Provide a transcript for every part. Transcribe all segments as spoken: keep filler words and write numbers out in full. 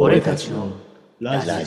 俺たちのラジオ。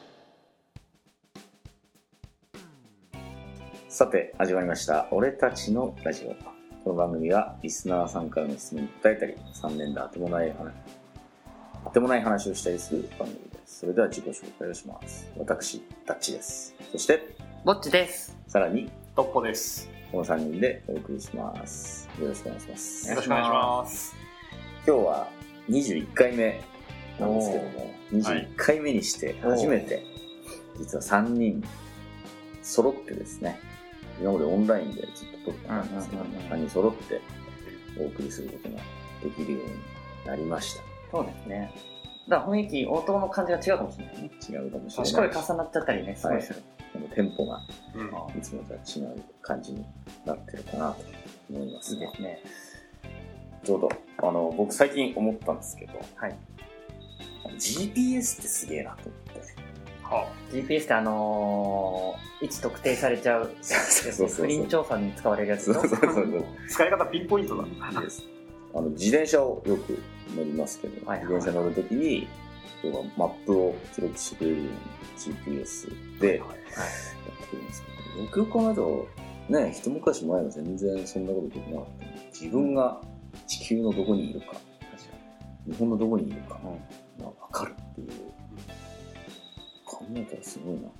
さて始まりました俺たちのラジオ。この番組はリスナーさんからの質問に答えたり、さんねんであてもない話あてもない話をしたりする番組です。それでは自己紹介をします。私ダッチです。そしてぼっちです。 さらにトッポです。 このさんにんでお送りします。よろしくお願いします。 よろしくお願いします。 今日はにじゅういっかいめなんですけども、にじゅういっかいめにして初めて、実はさんにん揃ってですね、今までオンラインでずっと撮ってたんですけども、さんにん揃ってお送りすることができるようになりました。 そうですね。だから雰囲気、応答の感じが違うかもしれないね。 違うかもしれない。 声重なっちゃったりね、すごいする。 はい、テンポがうん、 いつもとは違う感じになってるかなと思いますが。 いいですね。 ちょうど、あの、僕最近思ったんですけど、 はい。 ジーピーエス ってすげえなと思って。 はあ、ジーピーエス ってあのー、位置特定されちゃうそうそうそう、 不倫調査に使われるやつ。 そうそうそうそう。 使い方ピンポイントだ。 いいです。あの、自転車をよく乗りますけど、 はいはい、 自転車乗るときに、要はマップを記録してくれるように ジーピーエス でやってくれるんですけど、よくよく考えると、ね、一昔前は全然そんなことできなかった。自分が地球のどこにいるか、日本のどこにいるかが分かるっていう、考えたらすごいなと思って、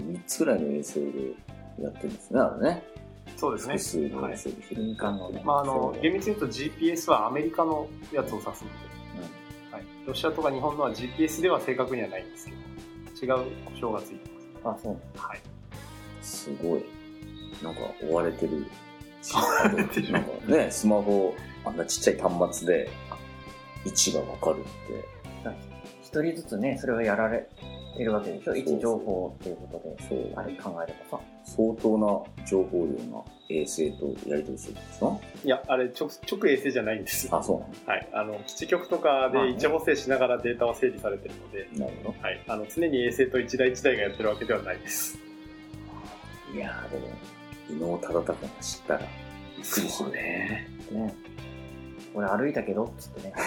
みっつぐらいの衛星でやってるんですね、あれね。 そうですね。 複数の衛星で民間のね。 まああの厳密に言うと ジーピーエス はアメリカのやつを指すので、うん、はい。ロシアとか日本のは ジーピーエス では正確にはないんですけど、違う故障がついてます。あ、そう。 はい。 すごい。なんか追われてる。なんかね、スマホ、あんなちっちゃい端末で位置がわかるって。 一人ずつね、それをやられてるわけでしょ。位置情報っていうことで、そうあれ考えればさ。 相当な情報量が衛星とやり取りするんですか？ いや、あれ直、直衛星じゃないんですよ。 あ、そうなの？ はい。あの、基地局とかで位置補正しながらデータは整理されてるので、 なるほど。 はい。あの、常に衛星と一台一台がやってるわけではないです。 いやー、でも、伊能忠敬が知ったらびっくりするね。 ね。俺歩いたけどっつってね。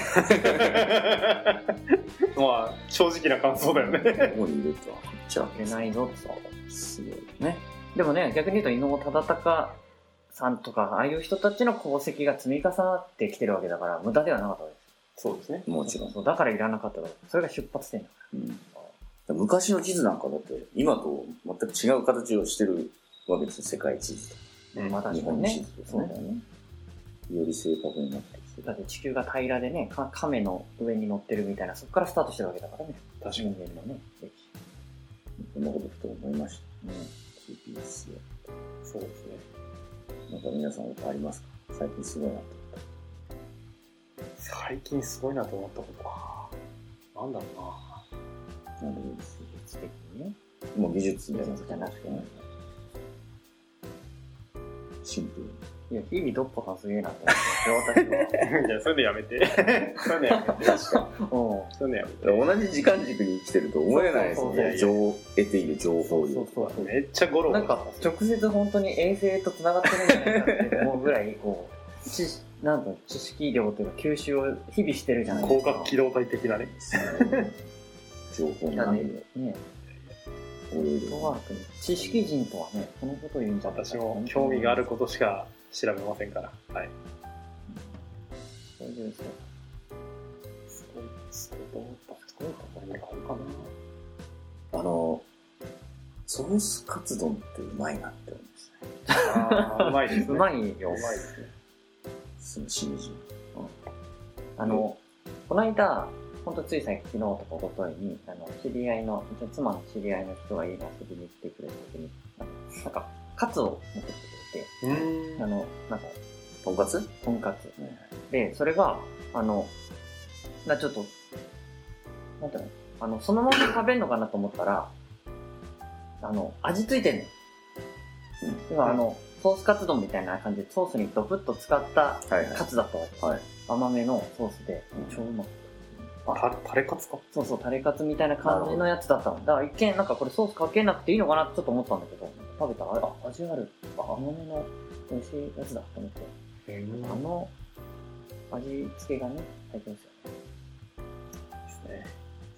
まあ正直な感想だよね。 どこにいるとは分かっちゃう。 いけないぞっつって。 すごいね。 でもね、逆に言うと伊能忠敬さんとかああいう人たちの功績が積み重なってきてるわけだから無駄ではなかったわけです。 そうですね。 もちろん。そうだからいらなかったわけです。それが出発点だから。 うん、昔の地図なんかだって今と全く違う形をしてるわけですよ、世界地図と。 うん、まあ確かにね。そうだよね。 より正確になってきて。 だって地球が平らでね、か亀の上に乗ってるみたいな、そこからスタートしてるわけだからね。 確かに。 人間のね、歴史。 こんなことふと思いましたね。ジーピーエス で。 そうですね。 なんか皆さんありますか？最近すごいなと思った。 最近すごいなと思ったことか。なんだろうな。 なんでもいいです。 技術的にね。 もう技術じゃなくて、なくてね。 シンプルに。 いや、日々ドッポさんすげえなと思って、私は。 いや、そういうのやめて。そういうのやめて。確かに。そういうのやめて。 同じ時間軸に生きてると思えないですよね。情得ている情報量。 そうそうそう。 めっちゃゴロゴロ。 なんか、直接本当に衛星と繋がってるんじゃないかって思うぐらい、こう、知なんと知識量というか吸収を日々してるじゃないですか。 広角機動隊的なね。 情報になるよ。 ね。知識人とはね、このことを言うんじゃない。 私も興味があることしか調べませんから。はい。 そういうそう。 すごい、すごいと思った。すごいところがあるかな。あの、ソースカツ丼ってうまいなって思いましたね。ああ、うまいですね。 うまいよ。 うまいですね。 そのしみじみ。 あの、この間、ほんとつい最近昨日とかおとといに、あの、知り合いの、妻の知り合いの人が家に遊びに来てくれた時に、なんか、カツを持ってきてくれて、あの、なんか、 とんかつとんかつ。で、それが、あの、な、ちょっと、なんていうのあの、そのまま食べるのかなと思ったら、あの、味ついてんねん。要は、あの、ソースカツ丼みたいな感じで、ソースにドプッと使ったカツだったわけ。はいはい、甘めのソースで、超うまく。 あ、タレカツか？ そうそう、タレカツみたいな感じのやつだったの。だから一見なんかこれソースかけなくていいのかなってちょっと思ったんだけど、食べたら、あ、味ある。あ、甘めの美味しいやつだと思って。あの味付けがね、最強ですよね。 ですね。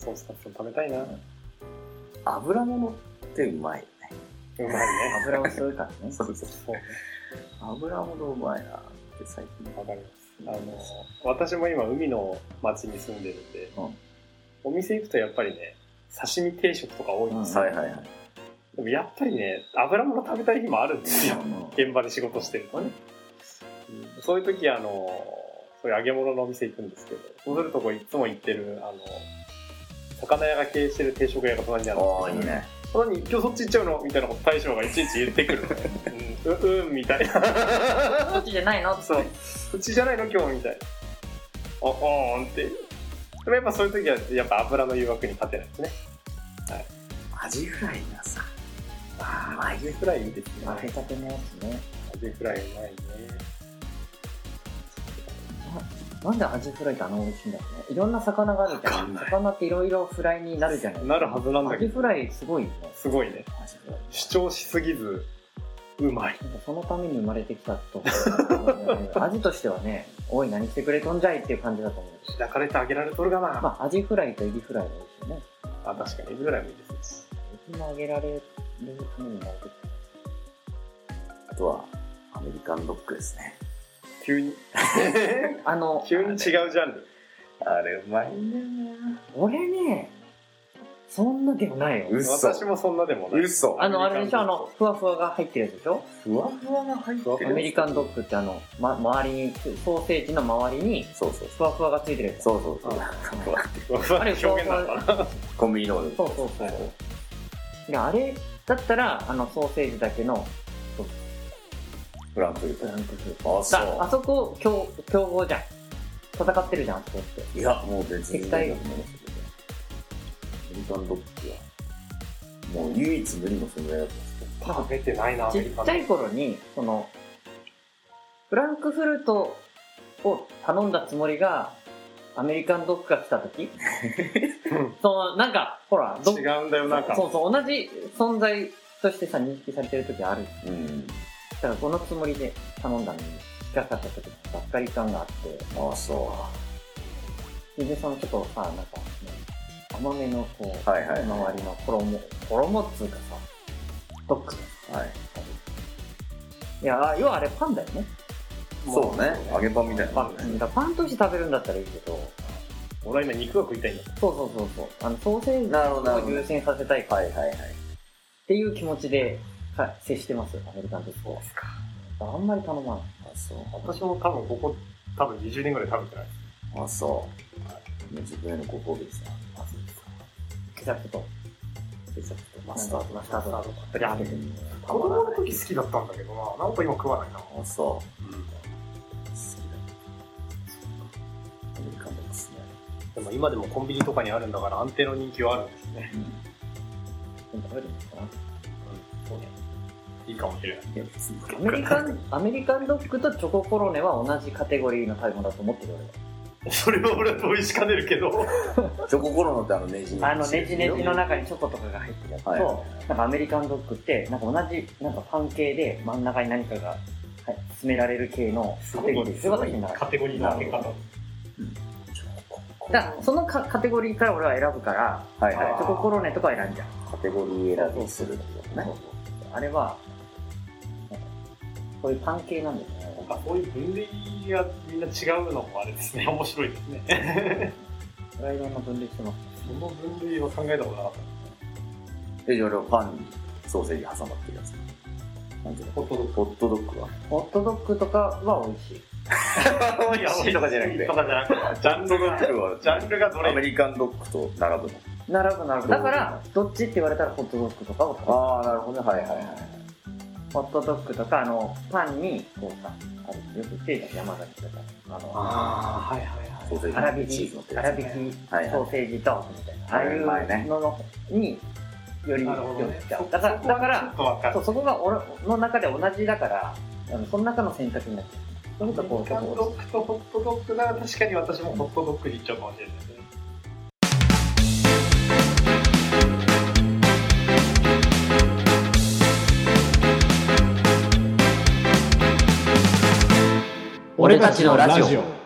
トースカツ丼食べたいな。 油物ってうまいよね。 うまいね。 油を吸うからね。 そうそうそう。油物うまいなって最近。 わかります。あの、私も今海の町に住んでるんで、うん、お店行くとやっぱりね、刺身定食とか多いんですよ。 はいはいはい。 でもやっぱりね、油物食べたい日もあるんですよ。現場で仕事してるとね。うん、そういう時あの、そういう揚げ物のお店行くんですけど、そうするとこいつも行ってる、あの、魚屋が経営してる定食屋が隣にあるんですよ。 ああ、いいね。 それに今日そっち行っちゃうのみたいなこと大将がいちいち言ってくる。うん、う、うん、みたいな。 そっちじゃないのそう。そっちじゃないの今日みたいな。お、おーんって。でもやっぱそういう時はやっぱ油の誘惑に勝てないですね。はい。 アジフライがさ、 ああ、アジフライいいですね。 揚げたてのやつね。 アジフライうまいね。 なんでアジフライってあの美味しいんだろうね。いろんな魚があるじゃん。魚っていろいろフライになるじゃない。 なるはずなんだけど。 アジフライすごいね。 すごいね。主張しすぎず、うまい。 なんかそのために生まれてきたと。アジとしてはね、おい何してくれとんじゃいっていう感じだと思う。 抱かれてあげられとるかな。 まあアジフライとエビフライが美味しいね。 あ、確かにエビフライもいいですね。 エビもあげられるために生まれてきた。あとはアメリカンドッグですね。 急にあの急に違うジャンル。 あれうまいんだよな。 俺ね、そんなでもないよ。 私もそんなでもない。 嘘。 あのあれでしょ、あのふわふわが入ってるやつでしょ。 ふわふわが入ってる。 アメリカンドッグってあの、ま、周りにソーセージの周りにそうそうふわふわがついてるやつ。 そうそうそう。 あれ表現なのかな。 コンビニの。 そうそうそう。いやあれだったらあのソーセージだけの。 フランクフルト。 フランクフルト。あ、そう。あそこ強強豪じゃん。戦ってるじゃん、あそこって。 いや、もう別に。 敵対。 アメリカンドッグはもう唯一無二の存在だったんですけど。 食べてないな。 ちっちゃい頃にそのフランクフルトを頼んだつもりがアメリカンドッグが来た時、そのなんかほら違うんだよなんか。 そうそう同じ存在としてさ認識されてる時ある。 うん。 だからこのつもりで頼んだのに引っかかった時ばっかり感があって。 ああそう。 でそのちょっとさなんか、ね、甘めのこう、 はいはいはい、 周りの衣衣っつうかさドッグはい。 いや要はあれパンだよね。 そうね。揚げパンみたいな、ね。 パンだパンとして食べるんだったらいいけど。 俺は今肉が食いたいんだ。 そうそうそうそう。あのソーセージを優先させたいから。はいはいはい。っていう気持ちで接してますよアメリカンドッグ。 そうですか。 あんまり頼まない。 あそう。 私も多分ここ多分にじゅうねんぐらい食べてないです。 あそう。はい、自分へのご褒美ですね。 あそうですか。ケチャップとケチャップとマスタードマスタードとかプリンって子供の時好きだったんだけどな。なんか今食わないな。 あそう。うん。好きだ。アメリカンドッグですね。 でも今でもコンビニとかにあるんだから安定の人気はあるんですね。 うん。食べるのかな。うん。 そうね。いいかもしれない。 アメリカンアメリカンドッグとチョココロネは同じカテゴリーの食べ物だと思ってる俺は。 それは俺は同意しかねるけどチョココロネってあのネジあのネジネジの中にチョコとかが入ってるやつと、はいはいはい、なんかアメリカンドッグってなんか同じなんかパン系で真ん中に何かが、はい、詰められる系のカテゴリーすごいカテゴリーの分け方、 うん、だからそのカテゴリーから俺は選ぶから、はいはい、チョココロネとか選んじゃう。 カテゴリー選びするってことね。 あれはそういうパン系なんですね。 なんかそういう分類がみんな違うのもあれですね。面白いですね。 それはいろんな分類してます。 その分類は考えたことなかった。 え、じゃあ俺はパンにソーセージ挟まってるやつ。なんていうの？ホットドッグ。ホットドッグは？ ホットドッグとかは美味しい。 美味しいとかじゃなくて。 とかじゃなくて。ジャンルが、ジャンルがどれ？ アメリカンドッグと並ぶの。 並ぶ並ぶ。だからどっちって言われたらホットドッグとかを食べる。 ああ、なるほどね。はいはいはい。 ホットドッグとかあのパンにこうさあれよく言ってるじゃん山崎とかあのあはいはいはい粗挽き粗挽きソーセージとみたいなああいうののによりよっちゃう。だからだからそうそこが俺の中で同じだからあのその中の選択になっちゃう。そういうことこうホットドッグとホットドッグなら確かに私もホットドッグにいっちゃうかもしれないですね。 俺たちのラジオ。